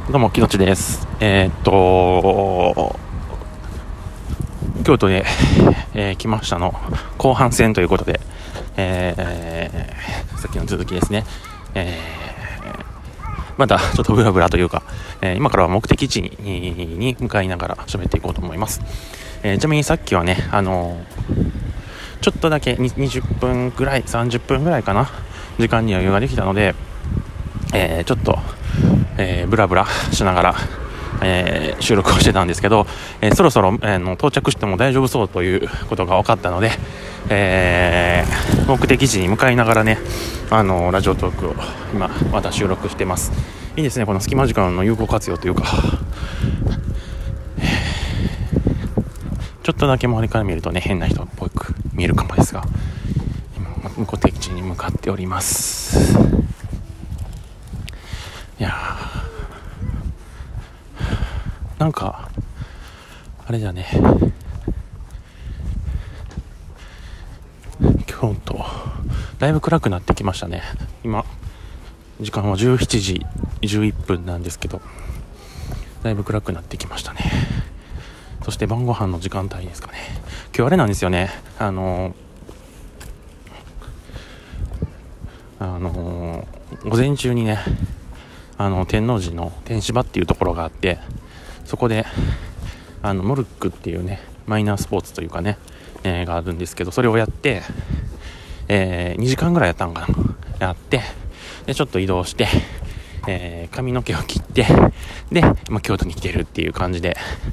どうも、きどちです。京都で、来ましたの後半戦ということで、さっきの続きですね。まだちょっとブラブラというか、今からは目的地に向かいながら喋っていこうと思います。ちなみにさっきはね、ちょっとだけ20分ぐらい、30分ぐらいかな、時間に余裕ができたので、ちょっと、ブラブラしながら、収録をしてたんですけど、そろそろ、到着しても大丈夫そうということが分かったので、目的地に向かいながらね、ラジオトークを今また収録してます。いいですね、この隙間時間の有効活用というか、ちょっとだけ周りから見るとね、変な人っぽく見えるかもですが、今目的地に向かっております。いやなんかあれだね、京都だいぶ暗くなってきましたね。今時間は17時11分なんですけど、だいぶ暗くなってきましたね。そして晩ご飯の時間帯ですかね。今日あれなんですよね、午前中にね、天王寺の天芝っていうところがあって、そこでモルックっていうねマイナースポーツというかね、があるんですけど、それをやって、2時間ぐらいやったんかな、やってでちょっと移動して、髪の毛を切ってで、京都に来てるっていう感じで、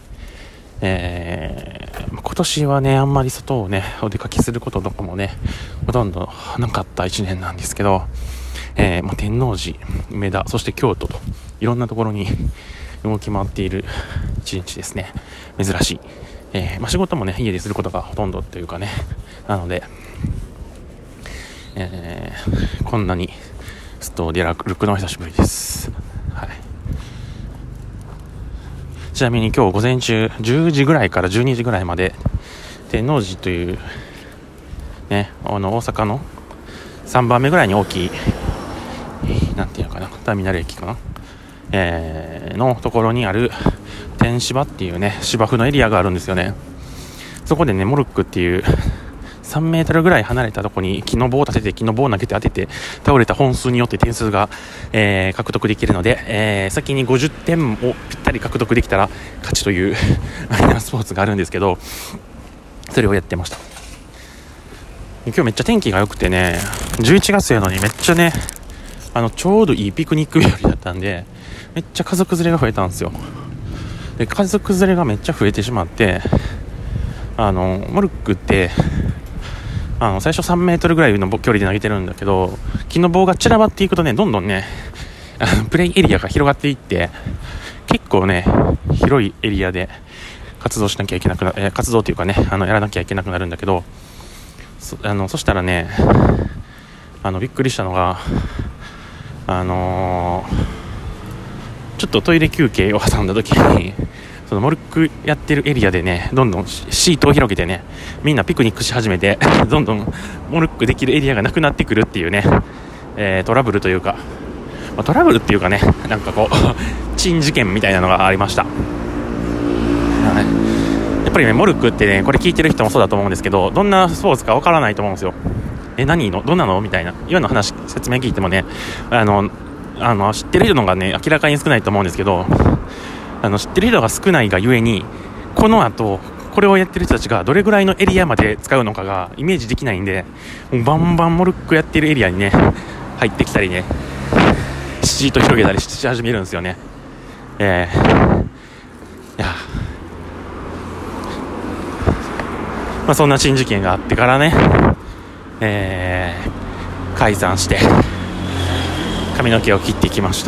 今年はねあんまり外をねお出かけすることとかもねほとんどなかった1年なんですけど、天王寺、梅田、そして京都といろんなところに動き回っている一日ですね。珍しい。仕事もね家ですることがほとんどというかね、なので、こんなにスト出歩くのは久しぶりです。はい。ちなみに今日午前中10時ぐらいから12時ぐらいまで天王寺というね、大阪の3番目ぐらいに大きい、なんていうのかな、ターミナル駅かな、のところにある天芝っていうね芝生のエリアがあるんですよね。そこでねモルックっていう3メートルぐらい離れたところに木の棒を立てて、木の棒を投げて当てて倒れた本数によって点数が、獲得できるので、先に50点をぴったり獲得できたら勝ちというマイナースポーツがあるんですけど、それをやってました。今日めっちゃ天気が良くてね、11月やのにめっちゃねちょうどいいピクニック日和だったんで、めっちゃ家族連れが増えたんですよ。で家族連れがめっちゃ増えてしまって、モルックって最初3メートルぐらいの距離で投げてるんだけど、木の棒が散らばっていくとね、どんどんねプレイエリアが広がっていって、結構ね広いエリアで活動しなきゃいけなくなる、活動というかねやらなきゃいけなくなるんだけど、そしたらねびっくりしたのがちょっとトイレ休憩を挟んだ時にそのモルックやってるエリアでねどんどんシートを広げてねみんなピクニックし始めてどんどんモルックできるエリアがなくなってくるっていうね、トラブルというか、トラブルっていうかね、なんかこう珍事件みたいなのがありました。やっぱりねモルックってね、これ聞いてる人もそうだと思うんですけど、どんなスポーツかわからないと思うんですよ。何のどんなのみたいな今の話説明聞いてもね知ってる人のがね明らかに少ないと思うんですけど、知ってる人が少ないがゆえに、この後これをやってる人たちがどれぐらいのエリアまで使うのかがイメージできないんで、もうバンバンモルックやってるエリアにね入ってきたりね、シート広げたりし始めるんですよね。いやそんな珍事件があってからね、解散して髪の毛を切ってきました。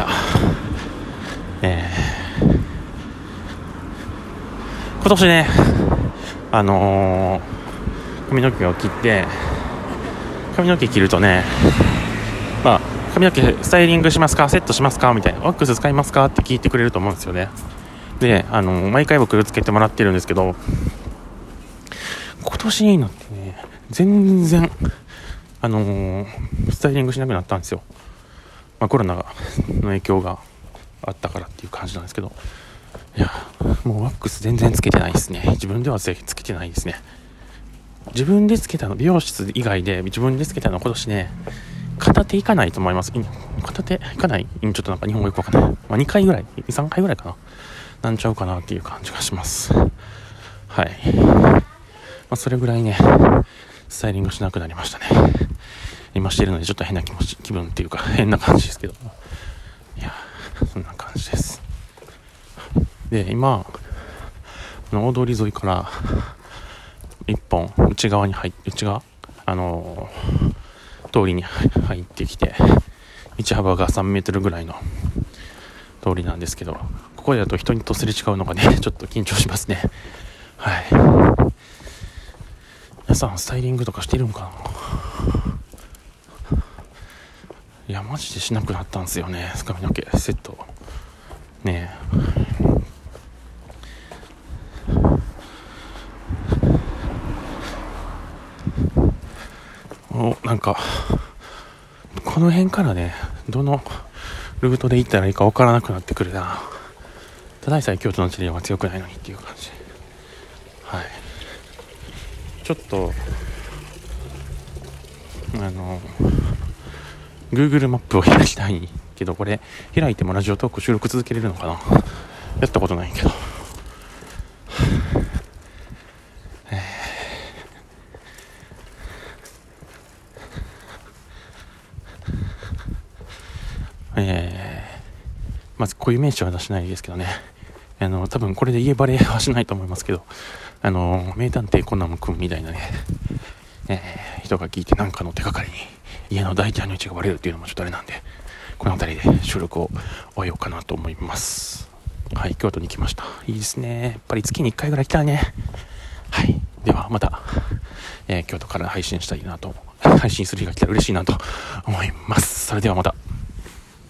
今年ね髪の毛を切って、髪の毛切るとね、髪の毛スタイリングしますか、セットしますかみたいな、ワックス使いますかって聞いてくれると思うんですよね。で毎回僕つけてもらってるんですけど、今年になってね全然スタイリングしなくなったんですよ。コロナの影響があったからっていう感じなんですけど、いやもうワックス全然つけてないですね。自分ではつけてないですね。自分でつけたの、美容室以外で自分でつけたの今年ね、片手いかないと思います。片手いかない、ちょっとなんか日本語よくわかんない、2回ぐらい2、3回ぐらいかな、なんちゃうかなっていう感じがします。はい、それぐらいねスタイリングしなくなりましたね。今してるのでちょっと変な気分っていうか変な感じですけど、いやそんな感じです。で今大通り沿いから一本内側通りに入ってきて、道幅が3メートルぐらいの通りなんですけど、ここだと人とすれ違うのがねちょっと緊張しますね。はい、皆さんスタイリングとかしてるんかな。いやマジでしなくなったんですよね、髪の毛セットね。なんかこの辺からねどのルートで行ったらいいか分からなくなってくるな。ただでさえ京都の地理は強くないのにっていう感じ。はい、ちょっとGoogle マップを開きたいけど、これ開いてもラジオトーク収録続けれるのかな。やったことないけど、まず固有名詞は出しないですけどね、多分これで家バレはしないと思いますけど、名探偵コナン君みたいなね、人が聞いて何かの手がかりに家の大体の位置がバレるっていうのもちょっとあれなんで、この辺りで収録を終えようかなと思います。はい、京都に来ました。いいですね、やっぱり月に1回ぐらい来たいね。はい、ではまた、京都から配信する日が来たら嬉しいなと思います。それではまた。